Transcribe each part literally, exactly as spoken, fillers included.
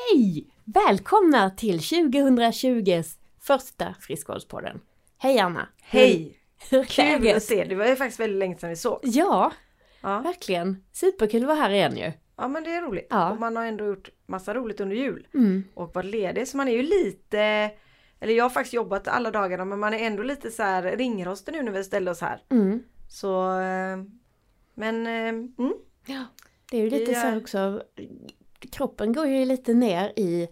Hej! Välkomna till tjugohundratjugo:s första Friskvårdspodden. Hej Anna! Hej! Hur Kul att se, det var ju faktiskt väldigt länge sedan vi såg. Ja, Ja. verkligen. Superkul att vara här igen ju. Ja, men det är roligt. Ja. Och man har ändå gjort massa roligt under jul. Mm. Och varit ledig, så man är ju lite... Eller jag har faktiskt jobbat alla dagarna, men man är ändå lite så här ringrostig nu när vi ställer oss här. Mm. Så... eh, Men... eh, Mm. Ja, det är ju lite Vi så här är- också. Kroppen går ju lite ner i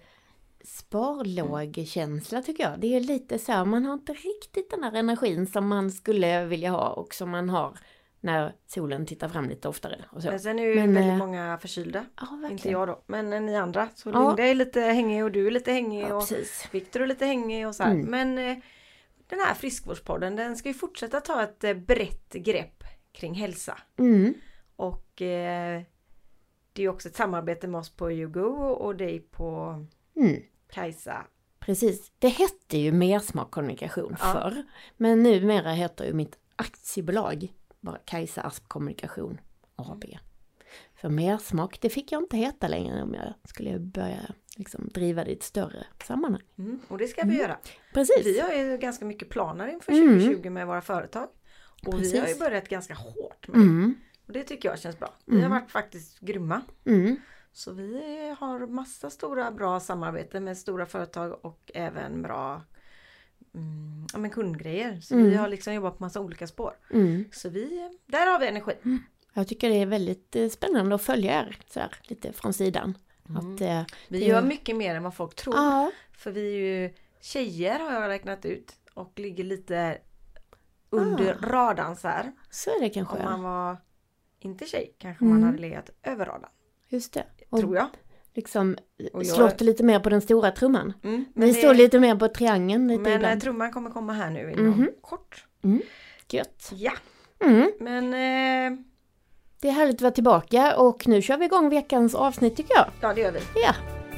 sparlågkänsla tycker jag. Det är lite så här, man har inte riktigt den här energin som man skulle vilja ha och som man har när solen tittar fram lite oftare. Och så. Men sen är ju Men, väldigt eh, många förkylda. Ja, verkligen. Inte jag då, men eh, ni andra. Så Ja. Linda är lite hängig och du är lite hängig Ja, och precis. Victor är lite hängig och så här. Mm. Men eh, den här friskvårdspodden, den ska ju fortsätta ta ett eh, brett grepp kring hälsa. Mm. Och eh, det är ju också ett samarbete med oss på YouGo och dig på Mm. Kajsa. Precis. Det hette ju Mersmak Kommunikation Ja. förr. Men numera heter ju mitt aktiebolag bara Kajsa Asp Kommunikation A B. För Mersmak, det fick jag inte heta längre om jag skulle börja liksom driva det i ett större sammanhang. Mm. Och det ska vi göra. Precis. Vi har ju ganska mycket planer inför Mm. tjugohundratjugo med våra företag. Och Precis. vi har ju börjat ganska hårt med det. Mm. Och det tycker jag känns bra. Vi har Mm. varit faktiskt grymma. Mm. Så vi har massa stora bra samarbeten med stora företag och även bra mm, ja, men kundgrejer. Så Mm. vi har liksom jobbat på massa olika spår. Mm. Så vi, där har vi energi. Jag tycker det är väldigt eh, spännande att följa er så här, lite från sidan. Mm. Att, eh, Vi det- gör mycket mer än vad folk tror. Ja, För vi är ju tjejer har jag räknat ut. Och ligger lite under Ah. radarn så här. så är det kanske. Om man var inte tjej kanske Mm. man hade legat över radarn. Just det. Och Tror jag. liksom Och jag- slått lite mer på den stora trumman. Mm, Vi det- står lite mer på triangeln lite Men eh, ibland. trumman kommer komma här nu inom Mhm. kort. Gött. Ja, Mm. men eh, Det är härligt att vara tillbaka och nu kör vi igång veckans avsnitt tycker jag. ja det gör vi. Ja.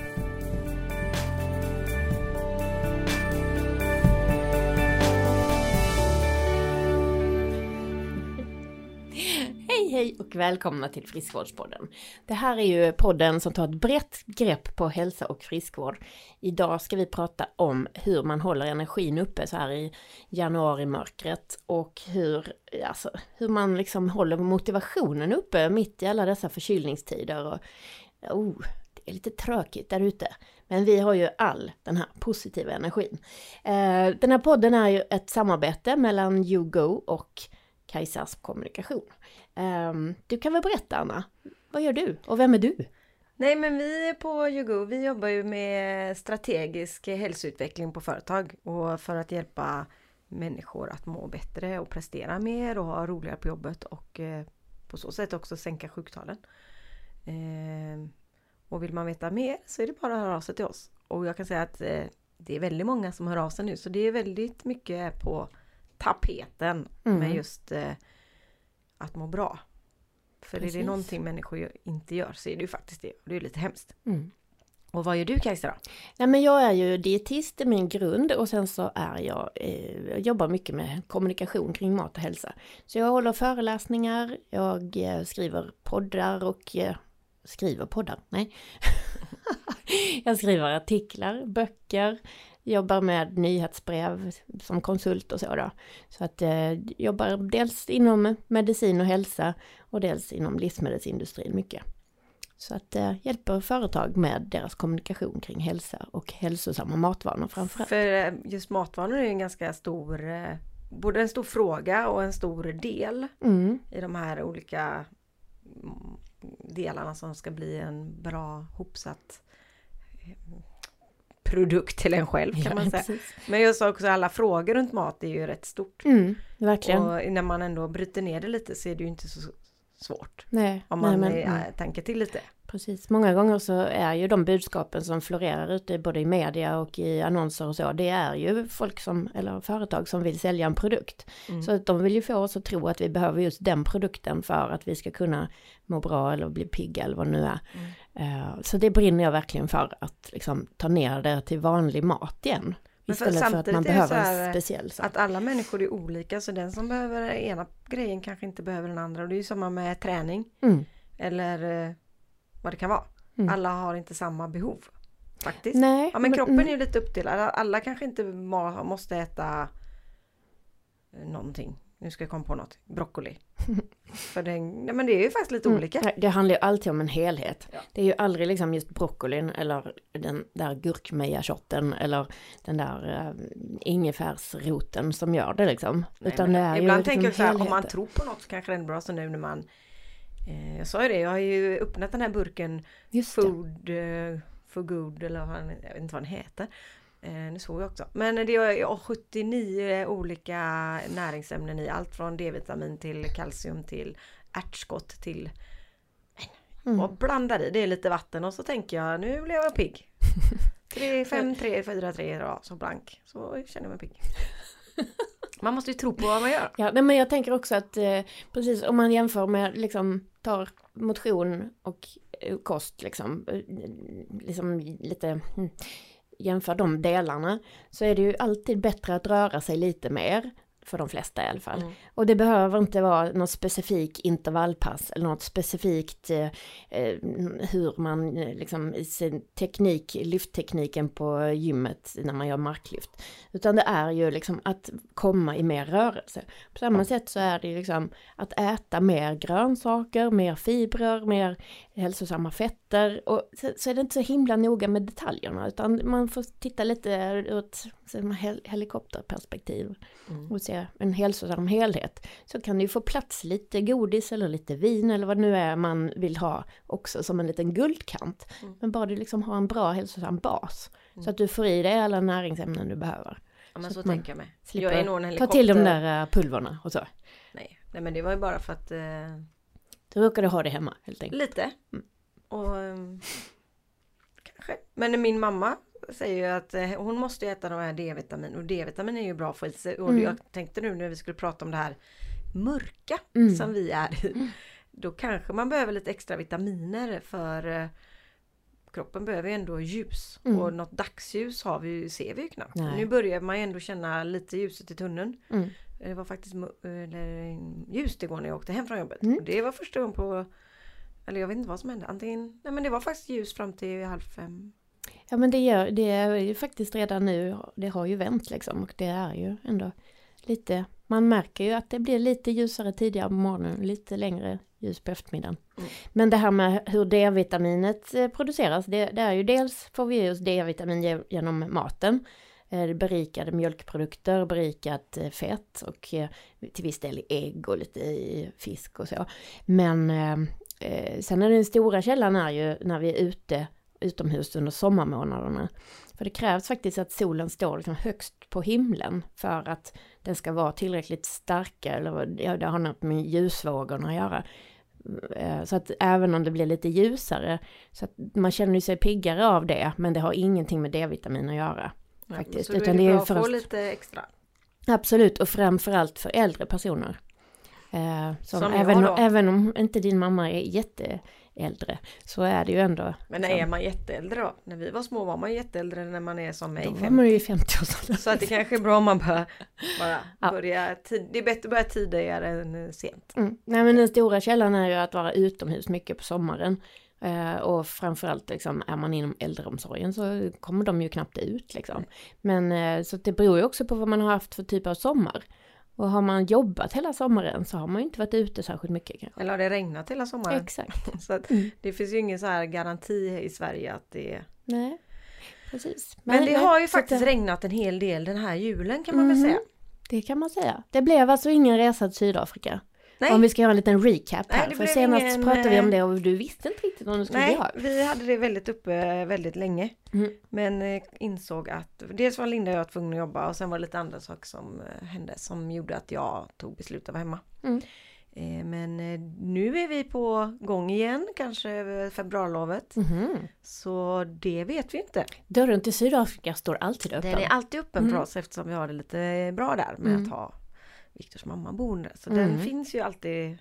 Hej hej och välkomna till Friskvårdspodden. Det här är ju podden som tar ett brett grepp på hälsa och friskvård. Idag ska vi prata om hur man håller energin uppe så här i januari-mörkret och hur, alltså, hur man liksom håller motivationen uppe mitt i alla dessa förkylningstider. Och, oh, det är lite tråkigt där ute. Men vi har ju all den här positiva energin. Eh, den här podden är ju ett samarbete mellan YouGo och Kajsas kommunikation. Um, du kan väl berätta Anna, vad gör du och vem är du? Nej men vi på YouGo, vi jobbar ju med strategisk hälsoutveckling på företag. Och för att hjälpa människor att må bättre och prestera mer och ha roligare på jobbet. Och eh, på så sätt också sänka sjuktalen. Eh, och vill man veta mer så är det bara att höra av sig till oss. Och jag kan säga att eh, det är väldigt många som hör av sig nu. Så det är väldigt mycket på tapeten Mm. med just eh, att må bra. För Precis. är det någonting människor gör- inte gör så är det ju faktiskt det. Och det är lite hemskt. Mm. Och vad gör du Kajsa då? Nej, men jag är ju dietist i min grund och sen så är jag, eh, jag jobbar mycket med kommunikation kring mat och hälsa. Så jag håller föreläsningar, jag eh, skriver poddar och eh, skriver poddar, nej. Jag skriver artiklar, böcker, jobbar med nyhetsbrev som konsult och så då. Så att eh, jobbar dels inom medicin och hälsa och dels inom livsmedelsindustrin mycket. Så att eh, hjälper företag med deras kommunikation kring hälsa och hälsosamma matvanor framförallt. För eh, just matvanor är ju en ganska stor, eh, både en stor fråga och en stor del Mm, i de här olika mm, delarna som ska bli en bra hopsatt eh, produkt till en själv kan ja, man säga. precis. Men jag sa också alla frågor runt mat är ju rätt stort. Mm, verkligen. Och när man ändå bryter ner det lite så är det ju inte så svårt. nej, Om nej, man men, eh, mm, tänker till lite. precis. Många gånger så är ju de budskapen som florerar ute både i media och i annonser och så, det är ju folk som, eller företag som vill sälja en produkt. Mm. Så att de vill ju få oss att tro att vi behöver just den produkten för att vi ska kunna må bra eller bli pigga eller vad det nu är. Mm. Eh, Så det brinner jag verkligen för att liksom ta ner det till vanlig mat igen. Men för Istället för att samtidigt man är det behöver så här en speciell sak. Att alla människor är olika så den som behöver ena grejen kanske inte behöver den andra. Och det är ju samma med träning Mm. eller eh, vad det kan vara. Mm. Alla har inte samma behov. Faktiskt. Nej, Ja, men men- kroppen mm. är ju lite uppdelad. Alla kanske inte ma- måste äta någonting. Nu ska jag komma på något. Broccoli. För den, nej, men det är ju faktiskt lite Mm, olika. nej, det handlar ju alltid om en helhet. Ja. Det är ju aldrig liksom just broccolin eller den där gurkmeja-shotten eller den där uh, ingefärsroten som gör det liksom. Nej, Utan men det är ibland ju tänker jag liksom så här, om man helheten. tror på något så kanske det är bra. Så nu när man eh, jag sa ju det, jag har ju öppnat den här burken Just det. Food eh, for good eller vad han, jag vet inte vad den heter. Eh, nu såg jag också. Men det är sjuttionio olika näringsämnen i. Allt från D-vitamin till kalcium till ärtskott till Mm. och blandar i. Det är lite vatten och så tänker jag, nu blir jag pigg. tre, fem, tre, fyra, tre, ja, så blank. Så känner jag mig pigg. Man måste ju tro på vad man gör. Ja, nej, men jag tänker också att eh, precis om man jämför med liksom tar motion och eh, kost liksom, eh, liksom lite mm, jämför de delarna, så är det ju alltid bättre att röra sig lite mer. För de flesta i alla fall. Mm. Och det behöver inte vara något specifikt intervallpass eller något specifikt eh, hur man eh, liksom i sin teknik, lyfttekniken på gymmet när man gör marklyft. Utan det är ju liksom att komma i mer rörelse. På samma sätt så är det ju liksom att äta mer grönsaker, mer fibrer, mer hälsosamma fetter. Och så, så är det inte så himla noga med detaljerna, utan man får titta lite ur ett hel- helikopterperspektiv. Mm. Och se en hälsosam helhet, så kan det ju få plats lite godis eller lite vin eller vad det nu är man vill ha också som en liten guldkant. Mm. Men bara du liksom har en bra hälsosam bas Mm. så att du får i dig alla näringsämnen du behöver. Ja, men Så så, att man tänker jag mig. slipper Jag är nog en Ta helikopter. till de där uh, pulverna och så. Nej. Nej, men det var ju bara för att eh, Du råkade ha det hemma helt enkelt. lite. Mm. Och um, kanske. Men min mamma säger ju att eh, hon måste äta de här D-vitamin. Och D-vitamin är ju bra för i sig. Och Mm. jag tänkte nu när vi skulle prata om det här mörka Mm. som vi är i. Då kanske man behöver lite extra vitaminer för eh, kroppen behöver ju ändå ljus. Mm. Och något dagsljus har vi ju, ser vi ju knappt. Nej. Nu börjar man ju ändå känna lite ljuset i tunneln. Mm. Det var faktiskt mu- eller, ljust igår när jag åkte hem från jobbet. Mm. Och det var första gången på, eller jag vet inte vad som hände. Antingen, nej men det var faktiskt ljus fram till halv fem. Ja, men det, gör, det är ju faktiskt redan nu, det har ju vänt liksom, och det är ju ändå lite, man märker ju att det blir lite ljusare tidigare på morgonen, lite längre ljus på eftermiddagen. Mm. Men det här med hur D-vitaminet eh, produceras, det, det är ju dels får vi just D-vitamin ge- genom maten, eh, berikade mjölkprodukter, berikat eh, fett och eh, till viss del i ägg och lite i fisk och så. Men eh, eh, sen är den stora källan är ju när vi är ute utomhus under sommarmånaderna. För det krävs faktiskt att solen står liksom högst på himlen för att den ska vara tillräckligt starka, eller ja, det har något med ljusvågorna att göra. Eh, Så att även om det blir lite ljusare, så att man känner sig piggare av det, men det har ingenting med D-vitamin att göra. Faktiskt. Så då är Utan det det är bra ju att få först- lite extra. Absolut, och framförallt för äldre personer. Eh, som Som jag även, då. även om inte din mamma är jätteäldre, så är det ju ändå... Men när är man jätteäldre då? När vi var små var man jätteäldre när man är som mig. Då var fem. man ju i femtioårsåldern. Så att det kanske är bra om man bör, bara Ja. börja tid, det är bättre att börja tidigare än eh, sent. Mm. Nej, men den stora källan är ju att vara utomhus mycket på sommaren. Eh, och framförallt liksom, är man inom äldreomsorgen så kommer de ju knappt ut liksom. Men eh, så det beror ju också på vad man har haft för typ av sommar. Och har man jobbat hela sommaren så har man ju inte varit ute särskilt mycket kanske. Eller har det regnat hela sommaren? Exakt. Så att Mm. det finns ju ingen så här garanti i Sverige att det är... Nej, precis. Men det nej, har ju så att faktiskt det, regnat en hel del den här julen kan man väl Mhm. säga. det kan man säga. Det blev alltså ingen resa till Sydafrika. Nej, Om vi ska göra en liten recap Nej, här. det För blev senast ingen, pratade vi om eh, det och du visste inte riktigt om det skulle nej bli av. vi hade det väldigt uppe väldigt länge. Mm. Men eh, insåg att dels var Linda och jag tvungna att jobba och sen var det lite andra saker som eh, hände som gjorde att jag tog beslut att vara hemma. Mm. Eh, men eh, nu är vi på gång igen, kanske över februarilovet. Mhm. Så det vet vi inte. Dörren till Sydafrika står alltid öppen. Den är alltid öppen för Mm. oss eftersom vi har det lite bra där med Mm. att ha Viktors mamma boende. Så Mm. den finns ju alltid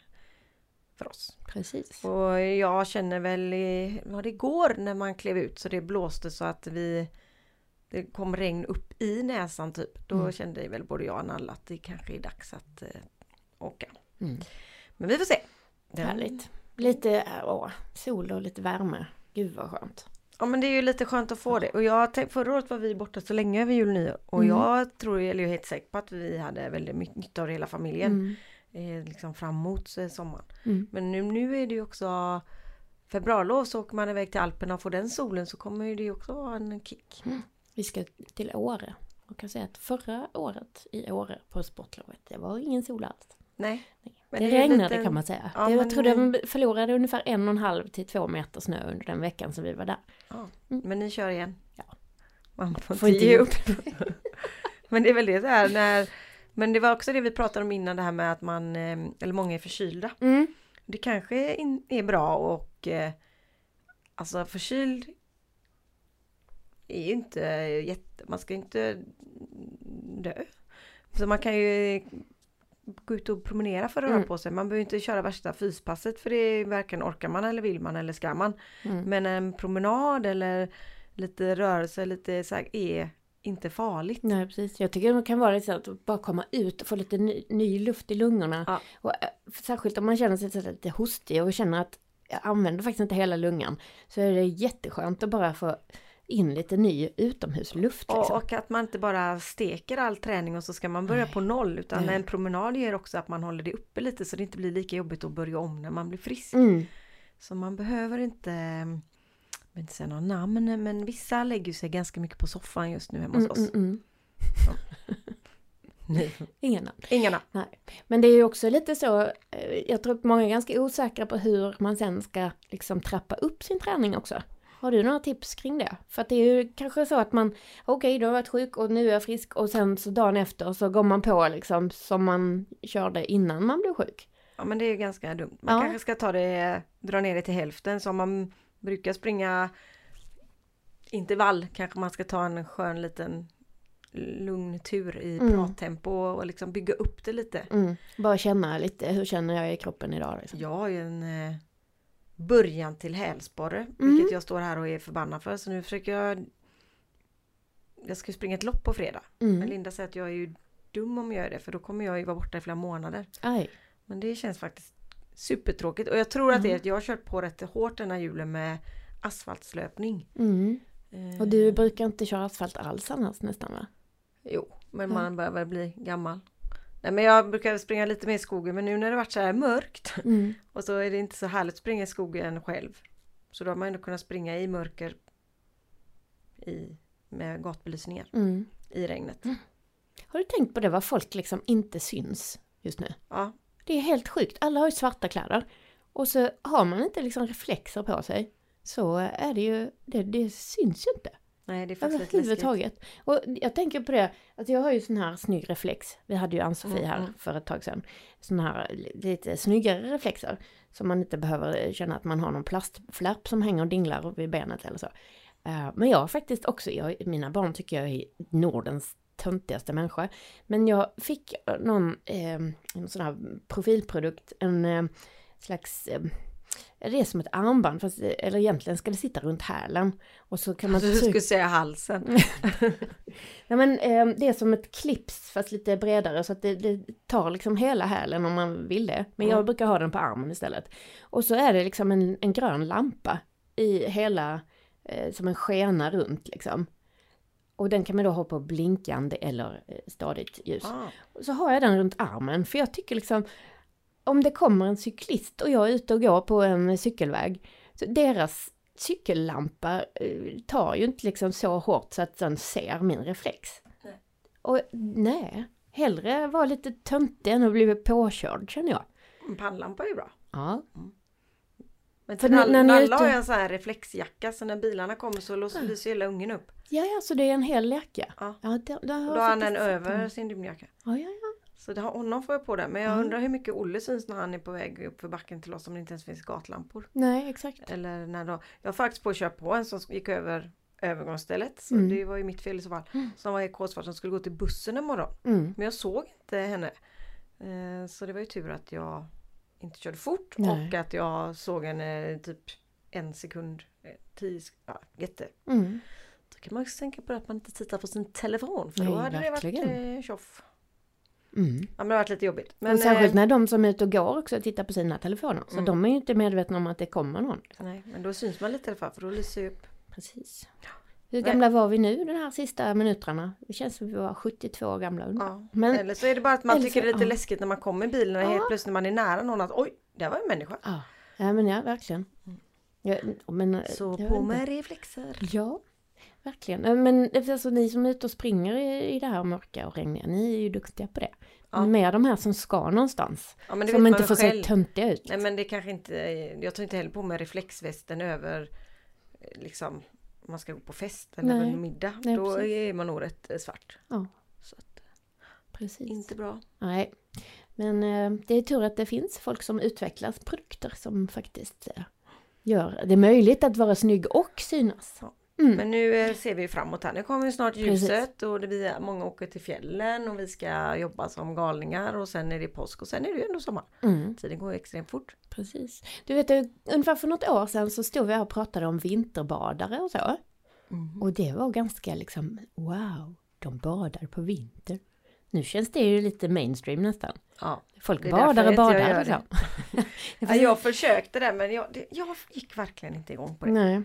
för oss. Precis. Och jag känner väl i, ja, det går när man klev ut så det blåste så att vi det kom regn upp i näsan typ. Då Mm. kände väl både jag och Nalla att det kanske är dags att eh, åka. Mm. Men vi får se. Den- Härligt. Lite åh, sol och lite värme. Gud vad skönt. Ja, men det är ju lite skönt att få det. Och jag tänkte, förra året var vi borta så länge över jul och nyår. Och Mm. jag tror, eller jag är helt säker på att vi hade väldigt mycket nytta av det, hela familjen. Mm. Eh, liksom fram mot eh, sommaren. Mm. Men nu, nu är det ju också februarlov, så åker man iväg till Alperna och får den solen, så kommer ju det också vara en kick. Mm. Vi ska till Åre. Och kan säga att förra året i Åre på sportlovet, det var ingen sol alls. Nej. Men det det är regnade lite- kan man säga. Ja, det, jag men- tror de förlorade ungefär en och en halv till två meter snö under den veckan som vi var där. Ja. Mm. Men ni kör igen. Ja. Man får, Får inte inte ge ge upp. Men det är väl det så här när... Men det var också det vi pratade om innan, det här med att man, eh, eller många är förkylda. Mm. Det kanske in, är bra och eh, alltså förkyld är ju inte jätte, man ska inte dö. Så man kan ju gå ut och promenera för att röra Mm. på sig. Man behöver inte köra värsta fyspasset, för det är varken orkar man eller vill man eller ska man. Mm. Men en promenad eller lite rörelse, lite så här, är inte farligt. Nej, precis. Jag tycker det kan vara lite så att bara komma ut och få lite ny, ny luft i lungorna. Ja. Och, äh, särskilt om man känner sig så lite hostig och känner att jag använder faktiskt inte hela lungan. Så är det jätteskönt att bara få in lite ny utomhusluft. Och, Liksom. och att man inte bara steker all träning och så ska man börja Nej. på noll. Utan Nej. en promenad ger också att man håller det uppe lite, så det inte blir lika jobbigt att börja om när man blir frisk. Mm. Så man behöver inte, jag vill inte säga några namn, men vissa lägger sig ganska mycket på soffan just nu hemma hos Mm, oss. mm, mm. Nej. Inga namn. Inga namn. Nej. Men det är ju också lite så, eh, jag tror att många är ganska osäkra på hur man sen ska liksom trappa upp sin träning också. Har du några tips kring det? För att det är ju kanske så att man, okej, okay, då har jag varit sjuk och nu är jag frisk, och sen så dagen efter så går man på liksom som man körde innan man blev sjuk. Ja, men det är ju ganska dumt. Man Ja. kanske ska ta det, dra ner det till hälften. Så om man brukar springa intervall, kanske man ska ta en skön liten lugn tur i Mm. prattempo och liksom bygga upp det lite. Mm. Bara känna lite, hur känner jag i kroppen idag? Liksom. Jag har ju en eh, början till hälsporre, Mm. vilket jag står här och är förbannad för. Så nu försöker jag, jag ska ju springa ett lopp på fredag. Men Mm. Linda säger att jag är ju dum om jag gör det, för då kommer jag ju vara borta i flera månader. Aj. Men det känns faktiskt supertråkigt. Och jag tror att det är Mm. att jag har kört på rätt hårt den här julen med asfaltslöpning. Mm. Eh, Och du brukar inte köra asfalt alls annars nästan, va? Jo, men Ja. man börjar väl bli gammal. Nej, men jag brukar springa lite mer i skogen, men nu när det varit så här mörkt Mm. och så är det inte så härligt att springa i skogen själv. Så då har man ändå kunnat springa i mörker i, med gatbelysningar Mm. i regnet. Har du tänkt på det, vad folk liksom inte syns just nu? Ja, Det är helt sjukt. Alla har ju svarta kläder. Och så har man inte liksom reflexer på sig. Så är det ju, det, det syns ju inte. nej, det är faktiskt lite läskigt. Överhuvudtaget. Och jag tänker på det, att jag har ju sån här snygg reflex. Vi hade ju Ann-Sofie Mm, här mm. för ett tag sedan. Sån här lite snyggare reflexer. Så man inte behöver känna att man har någon plastflärp som hänger och dinglar vid benet eller så. Uh, men jag har faktiskt också, jag, mina barn tycker jag är Nordens töntigaste människa. Men jag fick någon eh, en sån här profilprodukt, en eh, slags, eh, det är som ett armband, fast, eller egentligen ska det sitta runt hälen. Och så kan man Du trycka- skulle säga halsen. Nej, men eh, det är som ett clips fast lite bredare, så att det, det tar liksom hela hälen om man vill det. Men jag Mm. brukar ha den på armen istället. Och så är det liksom en, en grön lampa i hela, eh, som en skena runt liksom. Och den kan man då ha på blinkande eller eh, stadigt ljus. Ah. Och så har jag den runt armen, för jag tycker liksom, om det kommer en cyklist och jag är ute och går på en cykelväg, så deras cykellampa eh, tar ju inte liksom så hårt så att den ser min reflex. Nej. Och nej, hellre vara lite töntig än att bli påkörd, känner jag. En pannlampa är ju bra. Ja. Men För till när- Nall- när ni är Nalla har ute- jag en sån här reflexjacka, så när bilarna kommer så låser lyser hela ungen upp. Ja, ja, så det är en hel jacka. Ja. Ja, det, det har Och då jag har han faktiskt den sett över den. sin rymdjacka. Ja, ja, ja. Så det har, honom får jag på det. Men jag Ja. undrar hur mycket Olle syns när han är på väg upp för backen till oss, om det inte ens finns gatlampor. Nej, exakt. Eller när då, jag har faktiskt på att köra på en som gick över övergångsstället. Så Mm. det var ju mitt fel i så fall. Mm. Som var i Kåsfart som skulle gå till bussen imorgon. Mm. Men jag såg inte henne. Eh, så det var ju tur att jag inte körde fort. Nej. Och att jag såg henne typ en sekund. eh, Tio sek- ja, jätte. Mm. Då kan man också tänka på att man inte tittar på sin telefon. För Nej, då hade verkligen. det varit eh, tjoff. Mm. Ja, men det har varit lite jobbigt. Men, och särskilt eh, när de som är ute och går också tittar på sina telefoner. Så Mm. de är ju inte medvetna om att det kommer någon. nej, men då syns man lite i alla fall. För då lyser ju upp. Precis. Hur gamla var vi nu den här sista minuterna? Det känns som vi var sjuttiotvå år gamla. Ja. Men, eller så är det bara att man tycker det är lite ja. läskigt när man kommer i bilen och Ja. helt plötsligt när man är nära någon att oj, det var en människa. Ja, ja men ja, verkligen. Ja, men, Så jag på vet med inte. reflexer. Ja, verkligen. Men alltså, ni som är ute och springer i, i det här mörka och regniga, ni är ju duktiga på det. Ja. Med de här som ska någonstans. Ja, men det som vet inte man får själv. se töntiga ut. Nej, men det kanske inte, jag tar inte heller på med reflexvästen över liksom, om man ska gå på fest eller Nej. en middag. Nej, Då precis. är man nog rätt eh, svart. Ja, Så att, precis. inte bra. Nej, men eh, det är tur att det finns folk som utvecklar produkter som faktiskt eh, gör det möjligt att vara snygg och synas. Ja. Mm. Men nu eh, ser vi ju framåt här. Nu kommer ju snart ljuset Precis. och det blir många åker till fjällen och vi ska jobba som galningar och sen är det påsk och sen är det ju ändå sommar. Mm. Tiden går extremt fort. Precis. Du vet, eh, ungefär för något år sedan så stod vi här och pratade om vinterbadare och så. Mm. Och det var ganska liksom, wow, de badar på vinter. Nu känns det ju lite mainstream nästan. Ja. Folk Det är badar därför och inte jag badar. gör Liksom. Ja, jag försökte det men jag, det, jag gick verkligen inte igång på det. Nej.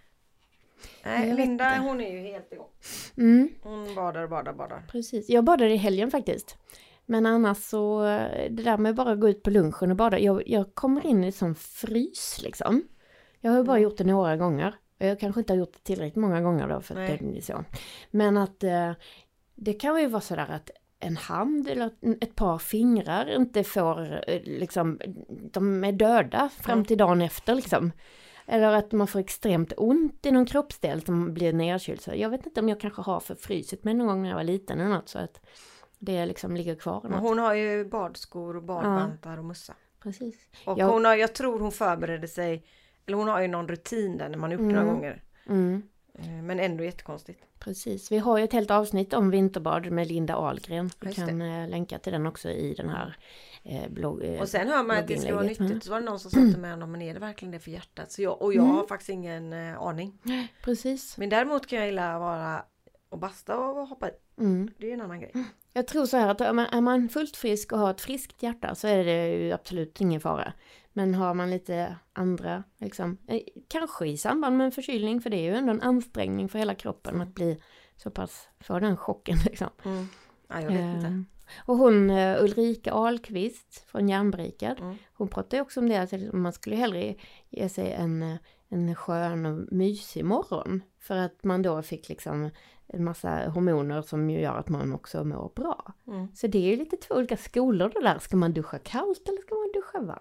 Nej, jag vet Linda inte. hon är ju helt igång. Mm, Hon badar och badar och badar. precis. Jag badade i helgen faktiskt. Men annars så, det där med bara att gå ut på lunchen och bada. Jag, jag kommer in i sån frys liksom. Jag har ju bara Mm. gjort det några gånger. Och jag kanske inte har gjort det tillräckligt många gånger då för att Nej. det är så. Men att eh, det kan ju vara sådär att en hand eller ett par fingrar inte får eh, liksom, de är döda fram Mm. till dagen efter liksom. Eller att man får extremt ont i någon kroppsdel som blir nedkyld. Så jag vet inte om jag kanske har förfrysit mig någon gång när jag var liten eller något så att det liksom ligger kvar. Men Något. hon har ju badskor och badvantar och mössa. Precis. Och Jag- hon har, jag tror hon förberedde sig, eller hon har ju någon rutin där när man har gjort Mm. några gånger. Mm, Eh, Men ändå jättekonstigt. precis. Vi har ju ett helt avsnitt om vinterbad med Linda Ahlgren. Vi Just kan eh, länka till den också i den här eh, blogg. Eh, Och sen hör man att det ska vara blogginlägget. nyttigt. Så var det någon som sa till mig, men är det verkligen det för hjärtat? Så jag, och jag Mm. har faktiskt ingen eh, aning. Precis. Men däremot kan jag gilla vara och basta och hoppa i. Mm. Det är en annan grej. Jag tror så här att är man, är man fullt frisk och har ett friskt hjärta så är det ju absolut ingen fara. Men har man lite andra, liksom, eh, kanske i samband med en förkylning, för det är ju ändå en ansträngning för hela kroppen att bli så pass, få den chocken liksom. Mm. Ja, jag vet Eh, inte. Och hon eh, Ulrika Ahlqvist från Järnbrikad, Mm. hon pratar ju också om det att man skulle hellre ge sig en, eh, en skön och mysig morgon. För att man då fick liksom en massa hormoner som ju gör att man också mår bra. Mm. Så det är ju lite två olika skolor det där. Ska man duscha kallt eller ska man duscha varmt?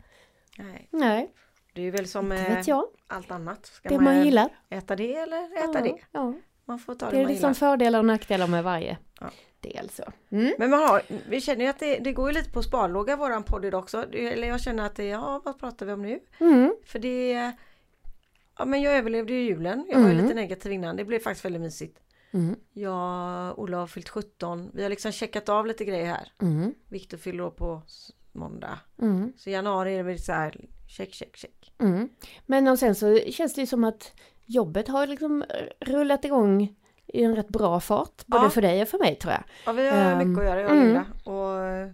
Nej. Nej, Det är ju väl som det eh, vet jag. allt annat. Ska Det man gillar. äta det eller äta ja, det? Ja. Man får ta det, Det är man liksom gillar. fördelar och nackdelar med varje Ja. del. Så. Mm. Men man har, vi känner ju att det, det går ju lite på sparlåga våran podd idag också. Det- Eller jag känner att det, ja vad pratar vi om nu? Mm. För det, ja men jag överlevde ju julen. Jag var ju Mm. lite negativ innan. Det blev faktiskt väldigt mysigt. Mm. Jag, Ola har fyllt sjutton. Vi har liksom checkat av lite grejer här. Mm. Viktor fyller år på s- måndag. Mm. Så i januari är det väl så här, check, check, check. Mm. Men och sen så känns det ju som att jobbet har liksom rullat igång i en rätt bra fart. Både Ja. för dig och för mig tror jag. Ja, vi har Ehm, mycket att göra, jag och mm. Linda. Och eh,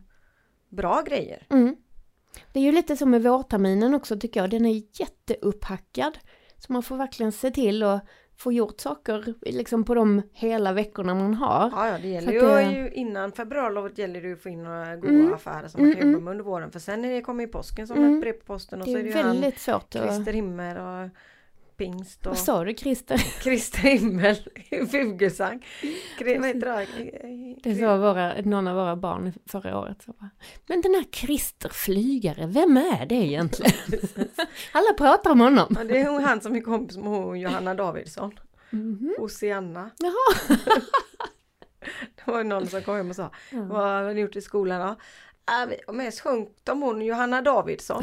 bra grejer. Mm. Det är ju lite som med vårterminen också tycker jag. Den är jätteuppackad. Så man får verkligen se till att få gjort saker liksom på de hela veckorna man har. Ja, ja det gäller Så ju, att det- ju innan februarlovet gäller det ju att få in några goda Mm. affärer som man kan Mm, jobba med under våren. För sen är det, kommer ju påsken som Mm. ett brev på posten och Det så är är det ju han väldigt svårt att... Christer Himmel och Pingst och Vad sa du Christer? Christer Himmel Fuglesang. Kri- Vad heter det? Det sa våra, någon av våra barn förra året. Så bara, men den här Christer Flygare, vem är det egentligen? Alla pratar om honom. Ja, det är hon, han som är kompis med hon, Johanna Davidsson. Mhm. Oceana. Jaha. Det var ju någon som kom hem och sa, Ja. vad har ni gjort i skolan då? Äh, vi har mest sjungit om hon Johanna Davidsson.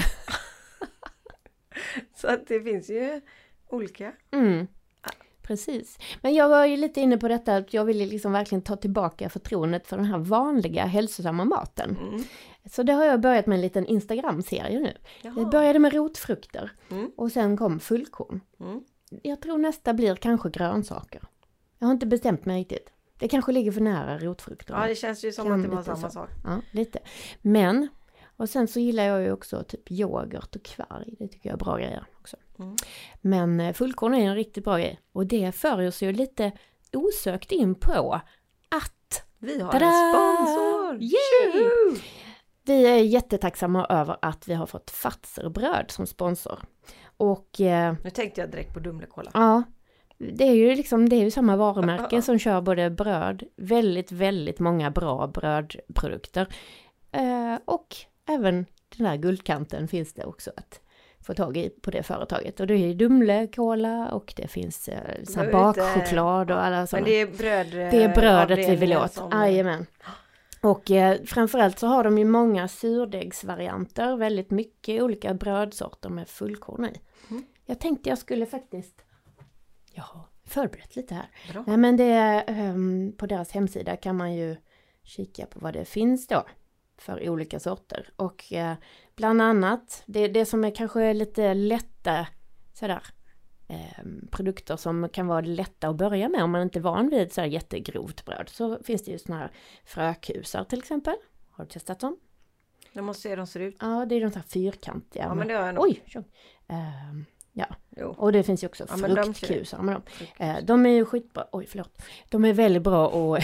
Så att det finns ju olika. Mm. Precis. Men jag var ju lite inne på detta att jag ville liksom verkligen ta tillbaka förtroendet för den här vanliga hälsosamma maten. Mm. Så det har jag börjat med en liten Instagram-serie nu. Jaha. Det började med rotfrukter Mm. och sen kom fullkorn. Mm. Jag tror nästa blir kanske grönsaker. Jag har inte bestämt mig riktigt. Det kanske ligger för nära rotfrukterna. Ja, det känns ju som Kan att det var lite samma så. sak. Ja, lite. Men Och sen så gillar jag ju också typ yoghurt och kvarg. Det tycker jag är bra grejer också. Mm. Men eh, fullkorn är en riktigt bra grej. Och det för oss ju lite osökt in på att Vi har tada! en sponsor! Yay! Vi är jättetacksamma över att vi har fått Fatzerbröd som sponsor. Och eh, Nu tänkte jag direkt på Dumlekola. ja, det är ju liksom det är ju samma varumärke som kör både bröd, väldigt väldigt många bra brödprodukter. Eh, och även den här guldkanten finns det också att få tag i på det företaget. Och det är Dumlekola och det finns eh, sån här bakchoklad och alla sådana. Men det är bröd. Det är brödet vi vill åt. Som... Jajamän. Och eh, framförallt så har de ju många surdegsvarianter, väldigt mycket olika brödsorter med fullkorn i. Mm. Jag tänkte jag skulle faktiskt, jag har förberett lite här. Bra. Nej, men det är, um, på deras hemsida kan man ju kika på vad det finns då för olika sorter. Och eh, bland annat, det, det som är kanske lite lätta sådär, eh, produkter som kan vara lätta att börja med om man inte är van vid så här jättegrovt bröd. Så finns det ju såna här frökusar till exempel. Har du testat dem? Jag måste se hur de ser ut. Ja, det är de så här fyrkantiga. Ja, men det har jag nog. Oj, tjong. Eh, ja. Jo. Och det finns ju också Ja, men de fruktkusar. Men de, eh, de är ju skitbra. Oj, förlåt. De är väldigt bra och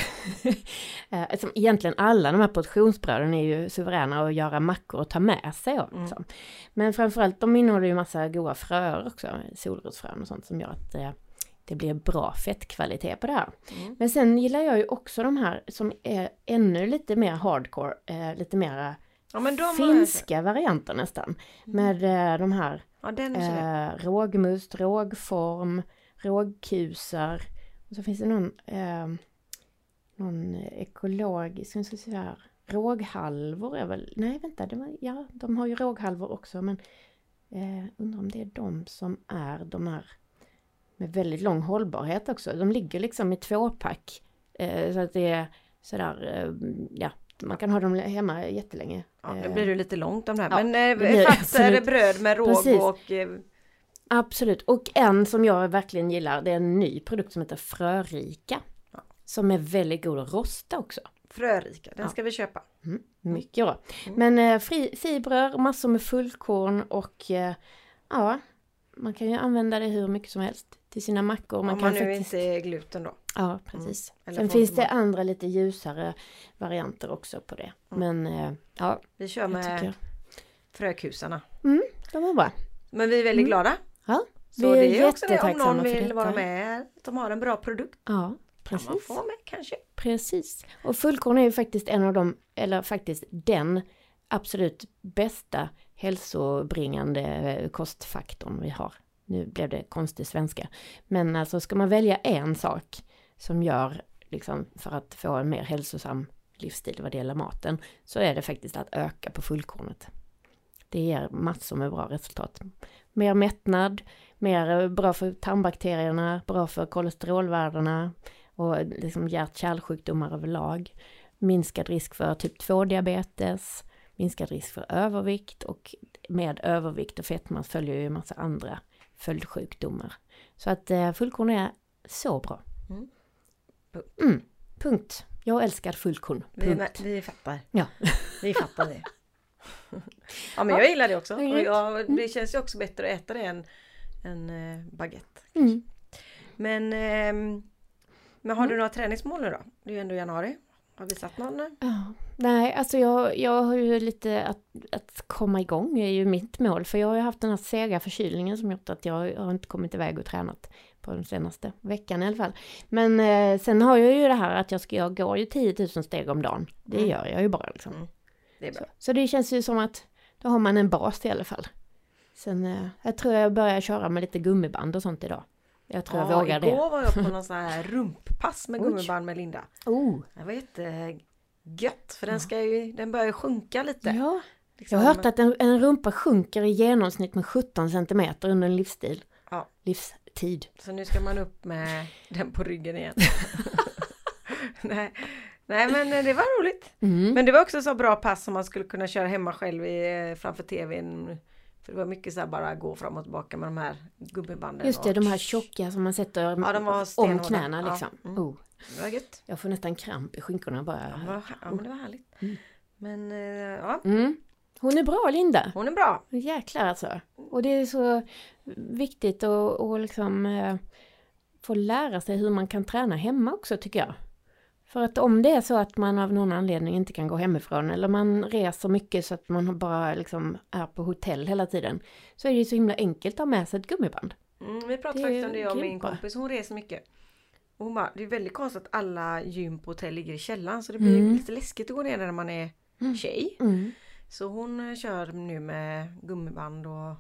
eh, som egentligen alla de här portionsbröden är ju suveräna att göra mackor och ta med sig av. Mm. Liksom. Men framförallt de innehåller ju massa goda fröer också. Solrotsfrön och sånt som gör att eh, det blir bra fettkvalitet på det här. Mm. Men sen gillar jag ju också de här som är ännu lite mer hardcore. Eh, lite mer Ja, men de finska varianter nästan. Med eh, de här Ja, den är eh, rågmust, rågform, rågkusar. Och så finns det någon, eh, någon ekologisk, jag ska säga här, råghalvor är väl, nej vänta, det var, ja de har ju råghalvor också, men eh, undrar om det är de som är de här med väldigt lång hållbarhet också. De ligger liksom i tvåpack eh, så att det är sådär, eh, ja. Man kan ha dem hemma jättelänge. Ja, nu blir det lite långt om det här. Ja, men det Fatser bröd med råg Precis. och... Eh, Absolut. Och en som jag verkligen gillar, det är en ny produkt som heter Frörika. Ja. Som är väldigt god att rosta också. Frörika, den Ja. ska vi köpa. Mm, mycket bra. Mm. Men eh, fri, fibrer, massor med fullkorn och eh, ja, man kan ju använda det hur mycket som helst till sina mackor. Man Om kan man nu faktiskt... inte är gluten då. Ja, precis. Eller Sen får finns inte det man- andra lite ljusare varianter också på det. Men eh, ja, Vi kör jag med tycker frökusarna. de är bra. Men vi är väldigt Mm. glada. Ja, Så vi är det är också det om jättetacksamma någon för vill detta. vara med. De har en bra produkt. Ja, Kan man precis. få med kanske. Precis. Och fullkorn är ju faktiskt en av de, eller faktiskt den absolut bästa hälsobringande kostfaktorn vi har. Nu blev det konstig svenska. Men alltså ska man välja en sak som gör liksom för att få en mer hälsosam livsstil vad det gäller maten, så är det faktiskt att öka på fullkornet. Det ger massor med bra resultat. Mer mättnad, mer bra för tarmbakterierna, bra för kolesterolvärdena och liksom hjärt-kärlsjukdomar överlag. Minskad risk för typ två diabetes, minskad risk för övervikt, och med övervikt och fetma följer ju en massa andra följdsjukdomar. Så att eh, fullkorn är så bra. Mm. Punkt. Mm, punkt. Jag älskar fullkorn. Vi, Punkt. vi fattar. Ja. Vi fattar det. Ja, men jag gillar det också. Och Mm. jag, det känns ju också bättre att äta det än en eh, baguette. Mm. Men, ehm, men har du några träningsmål nu då? Det är ju ändå januari. Har vi satt någon? Ja, nej, alltså jag, jag har ju lite att, att komma igång är ju mitt mål. För jag har ju haft den här sega förkylningen som gjort att jag har inte kommit iväg och tränat på den senaste veckan i alla fall. Men eh, sen har jag ju det här att jag, ska, jag går ju tio tusen steg om dagen. Det Mm. gör jag ju bara liksom. Mm. Det är bra. Så, så det känns ju som att då har man en bas i alla fall. Sen eh, jag tror jag börjar köra med lite gummiband och sånt idag. Jag tror jag vågar det. Igår var jag på någon sån här rumppass med Oj. gummiband med Linda. Oh, Det var jättegött. För den, ska ju, den börjar ju sjunka lite. ja. Liksom. Jag har hört att en, en rumpa sjunker i genomsnitt med sjutton centimeter under en livsstil. Ja. Livstid. Så nu ska man upp med den på ryggen igen. Nej. Nej, men det var roligt. Mm. Men det var också så bra pass som man skulle kunna köra hemma själv i, framför tvn. För det var mycket så här bara gå fram och tillbaka med de här gummibanden. Just det, och- de här tjocka som man sätter Ja, de var om stenhårda. knäna Ja, liksom. mm. Oh, Det var gött. jag får nästan kramp i skinkorna bara. Ja, men, ja, men det var härligt. Mm. Men eh, ja, Mm. Hon är bra, Linda. Hon är bra. Jäklar alltså. Och det är så viktigt att, att liksom, eh, få lära sig hur man kan träna hemma också, tycker jag. För att om det är så att man av någon anledning inte kan gå hemifrån eller man reser mycket så att man bara liksom är på hotell hela tiden, så är det ju så himla enkelt att ha med sig ett gummiband. Mm, vi pratade faktiskt om det, jag och min kompis. Hon reser mycket. Och hon bara, det är väldigt konstigt att alla gym på hotell ligger i källaren. Så det blir mm. lite läskigt att gå ner när man är mm. tjej. Mm. Så hon kör nu med gummiband och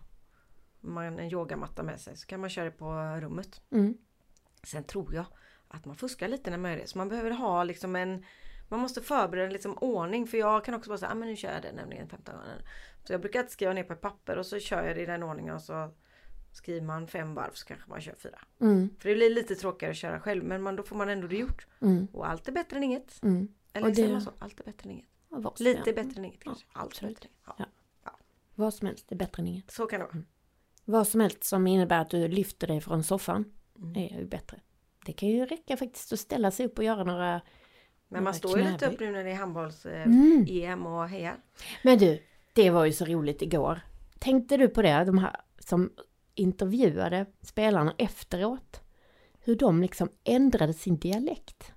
man, en yogamatta med sig. Så kan man köra det på rummet. Mm. Sen tror jag att man fuskar lite när man gör det. Så man behöver ha liksom en... Man måste förbereda liksom ordning. För jag kan också bara säga, ah, men nu kör jag det nämligen femton gånger. Så jag brukar inte skriva ner på ett papper och så kör jag det i den ordningen och så... Skriver man fem varv så kanske man kör fyra. Mm. För det blir lite tråkigare att köra själv. Men man, då får man ändå det gjort. Mm. Och allt är bättre än inget. Mm. Eller och det... säger man så? Allt är bättre än inget. Ja, lite ja. bättre än inget kanske. Ja, allt är bättre än inget. Ja. Ja. Ja. Vad som helst är bättre än inget. Så kan det vara. Mm. Vad som helst som innebär att du lyfter dig från soffan mm. är ju bättre. Det kan ju räcka faktiskt att ställa sig upp och göra några... Men några man står ju lite upp nu när det är handbolls-E M mm. och hejar. Men du, det var ju så roligt igår. Tänkte du på det? De här som... intervjuade spelarna efteråt. Hur de liksom ändrade sin dialekt.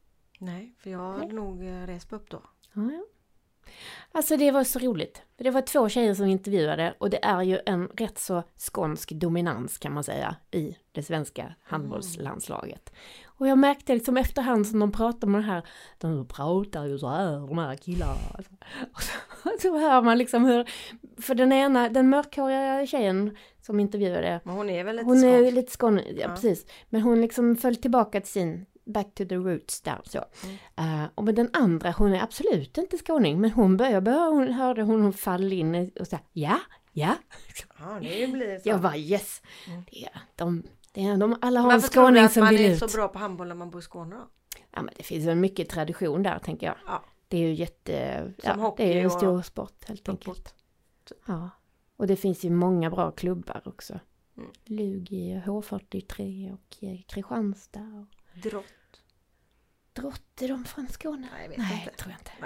Nej, för jag hade Nej. nog rest på upp då. Ja, ja. Alltså det var så roligt. Det var två tjejer som intervjuade och det är ju en rätt så skånsk dominans kan man säga i det svenska handbollslandslaget. Och jag märkte liksom efterhand som de pratade om det här, de pratar ju så här, de här killarna. Och så, så hör man liksom hur, för den ena, den mörkhåriga tjejen som intervjuade. Men hon är väl lite hon skånsk? Hon är lite skånsk, ja, ja precis. Men hon liksom föll tillbaka till sin back to the roots där så. Mm. Uh, och med den andra, hon är absolut inte skåning, men hon började, började hon hörde hon, hon fall in och sa ja, ja. Ja, det blir så. Jag bara yes. Mm. Det är de, det är de alla har en skåning som vill ut. Varför tror du att man är så bra på handboll när man bor i Skåne då? Ja, men det finns en mycket tradition där tänker jag. Ja. Det är ju jätte ja, hockey det är en stor och sport helt topport. enkelt. Ja. Och det finns ju många bra klubbar också. Mm. Lugi, H fyrtiotre och Kristianstad och Drott. Drott, är de från Skåne? Nej, jag vet Nej, inte. tror jag inte.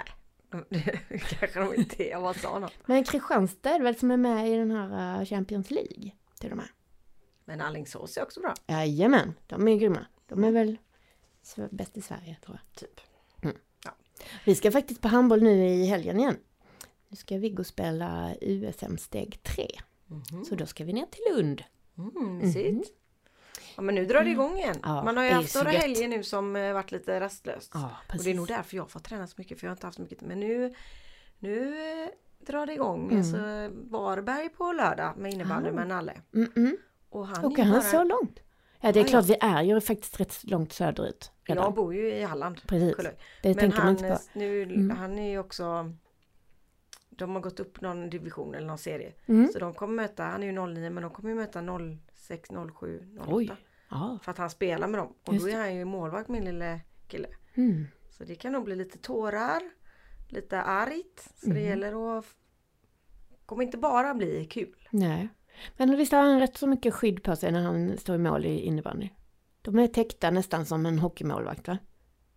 Nej, kanske de inte. Jag var sa något. Men Kristianstad är väl som är med i den här Champions League till de här. Men Alingsås är också bra. Jajamän, de är grymma. De är väl bäst i Sverige tror jag. Typ. Mm. Ja. Vi ska faktiskt på handboll nu i helgen igen. Nu ska Viggo spela U S M-steg tre. Mm-hmm. Så då ska vi ner till Lund. Mm, mm-hmm. Ja, men nu drar det igång igen. Ja, man har ju haft några helger nu som varit lite rastlöst. Ja, och det är nog därför jag får träna så mycket. För jag har inte haft så mycket. Men nu, nu drar det igång. Mm. Så Varberg på lördag med innebandy med Nalle. Mm-mm. Och han Åker han bara... så långt? Ja, det är ja, klart ja. Vi är ju faktiskt rätt långt söderut. Redan. Jag bor ju i Halland. Precis. Det men tänker han, man inte på. Nu, mm. han är ju också... De har gått upp någon division eller någon serie. Mm. Så de kommer möta, han är ju noll nio men de kommer ju möta noll sex, noll sju, noll åtta. Oj. Ah. För att han spelar med dem. Och Just då är han ju målvakt min lille kille. Mm. Så det kan nog bli lite tårar. Lite argt. Så mm. det gäller att... kommer inte bara bli kul. Nej. Men visst har han rätt så mycket skydd på sig när han står i mål i innebandy. De är täckta nästan som en hockeymålvakt va?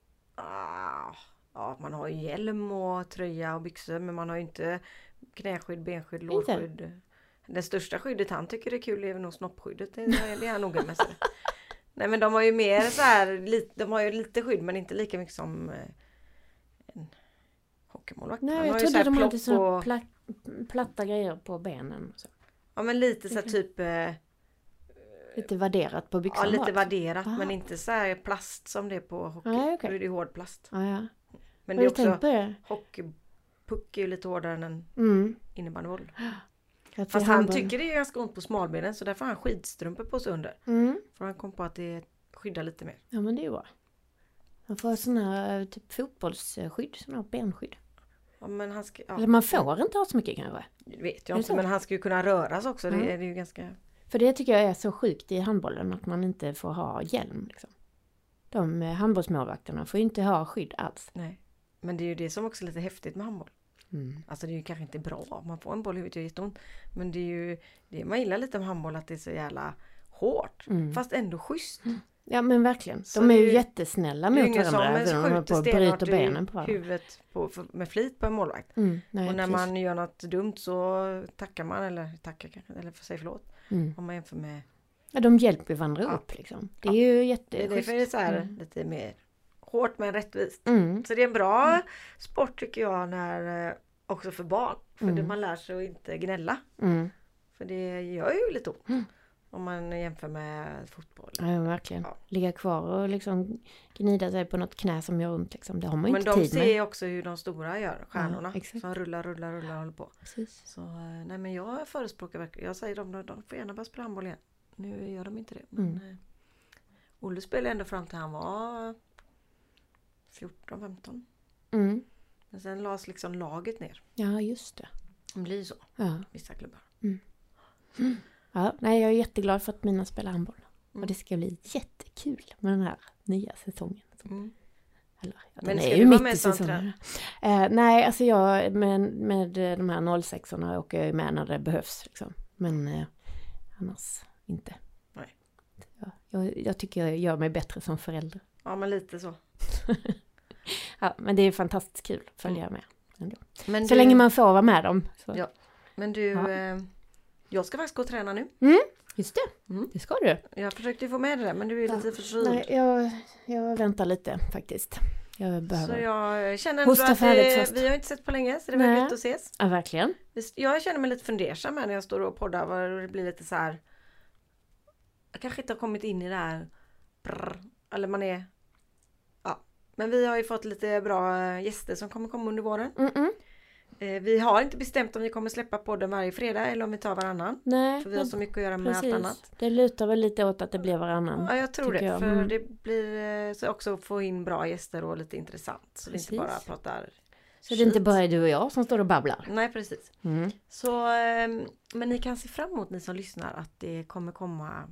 Ah, ja, man har ju hjälm och tröja och byxor. Men man har ju inte knäskydd, benskydd, lårskydd. Det största skyddet han tycker är kul är nog snoppskyddet. Det är, det är han noga med sig. Nej men de har ju mer så här, de har ju lite skydd men inte lika mycket som en hockeymålvakt. Nej, jag trodde de hade så och... pla- platta grejer på benen. Så. Ja men lite så här, typ... Eh, lite vadderat på byxorna. Ja lite vadderat Aha. Men inte så här plast som det är på hockey. Ah, okay. Då är det hård plast. Ah, ja. Men det är också, hockeypuck är ju lite hårdare än en mm. innebandyboll. Fast han tycker det är ganska ont på smalbenen så därför har han skidstrumpor på sig under. Mm. För han kom på att det skyddar lite mer. Ja men det är ju bra. Han får sådana här typ fotbollsskydd, sådana här benskydd. Ja, men han ska, ja. Eller man får inte ha så mycket kanske. Det vet jag inte men han ska ju kunna röra sig också. Mm. Det är, det är ju ganska... För det tycker jag är så sjukt i handbollen att man inte får ha hjälm. Liksom. De handbollsmålvakterna får ju inte ha skydd alls. Nej. Men det är ju det som också är lite häftigt med handboll. Mm. Alltså det är ju kanske inte bra. Man får en boll i huvudet och jätteont. Men det är ju, det man gillar lite om handboll att det är så jävla hårt. Mm. Fast ändå schysst. Mm. Ja men verkligen. Så De är ju det- jättesnälla Det är mot ingen som varandra. Även om de håller på skjuter att stenhårt bryta benen på i varandra. huvudet på, för, med flit på en målvakt. Mm, nej, Och när precis. man gör något dumt så tackar man eller tackar kanske, eller får säga förlåt. Mm. Om man jämför med... Ja, de hjälper ju varandra Ja. upp liksom. Det är ju Det är därför jätteschysst. det är så här Mm. lite mer hårt men rättvist. Mm. Så det är en bra sport tycker jag när, eh, också för barn. För Mm. det man lär sig att inte gnälla. Mm. För det gör ju lite ont. Mm. Om man jämför med fotboll. Ja, verkligen. Ja. Ligga kvar och liksom gnida sig på något knä som gör ont liksom. Det har man ju Men inte de tid ser med. ju också hur de stora gör, stjärnorna. Ja, exakt. som rullar, rullar, rullar och håller på. Precis. Så eh, nej men jag förespråkar verkligen, jag säger dem, de får gärna börja spela handboll igen. Nu gör de inte det. Men Mm. eh, Olle spelade ändå fram till han var fjorton femton. Mm. Men sen lades liksom laget ner. Ja, just det. Det blir så, Ja. vissa klubbar. Ja, nej, jag är jätteglad för att mina spelar handboll. Mm. Och det ska bli jättekul med den här nya säsongen. Mm. Eller, ja, Men den ska är du ju vara mitt med i som säsongen. Eh, nej, alltså jag med, med de här noll sex-orna åker jag med när det behövs. Liksom. Men eh, annars inte. Nej. Ja, jag, jag tycker jag gör mig bättre som förälder. Ja men lite så. Ja, men det är fantastiskt kul att följa med. Ändå. Men Så du, länge man får vara med dem. Så. Ja. Men du, Ja. eh, jag ska faktiskt gå och träna nu. Just det, Mm. det ska du. Jag försökte ju få med det där men du är Ja. lite förkyld. Nej, jag, jag väntar lite faktiskt. Jag behöver. Så jag känner ändå Hosta att färdigt det, först. vi har inte sett på länge så det var Nej. gött att ses. Ja, verkligen. Visst, jag känner mig lite fundersam här när jag står och poddar. Vad det blir lite så här. Jag kanske inte har kommit in i det här. Brr, eller man är. Ja. Men vi har ju fått lite bra gäster som kommer komma under våren. Mm-mm. Eh, vi har inte bestämt om vi kommer släppa podden varje fredag eller om vi tar varannan. Nej, För vi har så mycket att göra med precis. allt annat. Det lutar väl lite åt att det blir varannan. Ja, jag tror det. tycker jag. För Mm. det blir eh, så också att få in bra gäster och lite intressant. Så vi inte Precis. bara pratar. Så det är inte skit. bara du och jag som står och babblar. Nej, precis. Mm. Så, ehm, men ni kan se fram emot, ni som lyssnar, att det kommer komma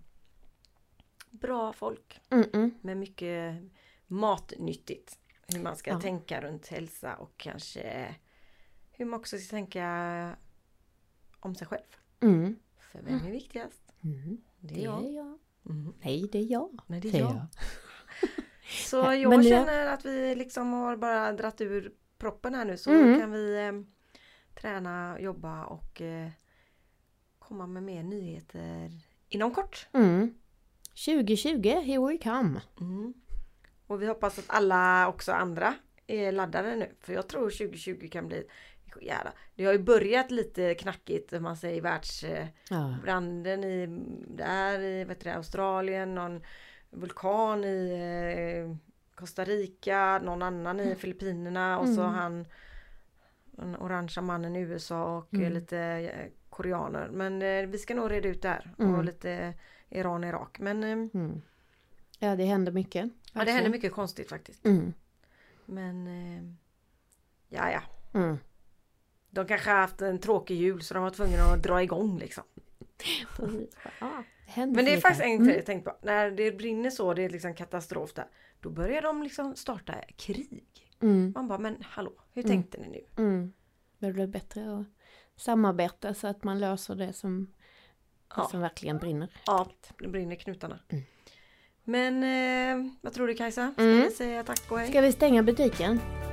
bra folk Mm-mm. med mycket matnyttigt. Hur man ska Ja. tänka runt hälsa och kanske hur man också ska tänka om sig själv. Mm. För vem är viktigast? Mm. Det är jag. jag. Mm. Nej, det är jag. Nej, det är säger jag. Så jag Men det- känner att vi liksom har bara dratt ur proppen här nu, så Mm. kan vi eh, träna, jobba och eh, komma med mer nyheter inom kort. Mm. tjugo tjugo, here we come. Mm. Och vi hoppas att alla också andra är laddade nu. För jag tror tjugo tjugo kan bli jävla. Det har ju börjat lite knackigt om man säger världsbranden Ja. i där i vet du, Australien, någon vulkan i eh, Costa Rica, någon annan i Filippinerna och så Mm. han den orangea mannen i U S A och Mm. eh, lite eh, koreaner. Men eh, vi ska nog reda ut där Mm. och lite Iran, Irak. Men eh, Mm. Ja, det händer mycket. ja, det händer mycket konstigt faktiskt. Mm. Men eh, ja, ja. Mm. De kanske har haft en tråkig jul så de var tvungna att dra igång liksom. Precis. Ja, det händer Men det är så faktiskt mycket. en Mm. grej jag tänkt på. När det brinner så, det är liksom katastrof där. Då börjar de liksom starta krig. Mm. Man bara, men hallå, hur Mm. tänkte ni nu? Mm. Det blir bättre att samarbeta så att man löser det som, Ja. det som verkligen brinner. Ja, det brinner knutarna. Mm. Men eh, vad tror du Kajsa? Ska Mm. vi säga tack och hej? Ska vi stänga butiken?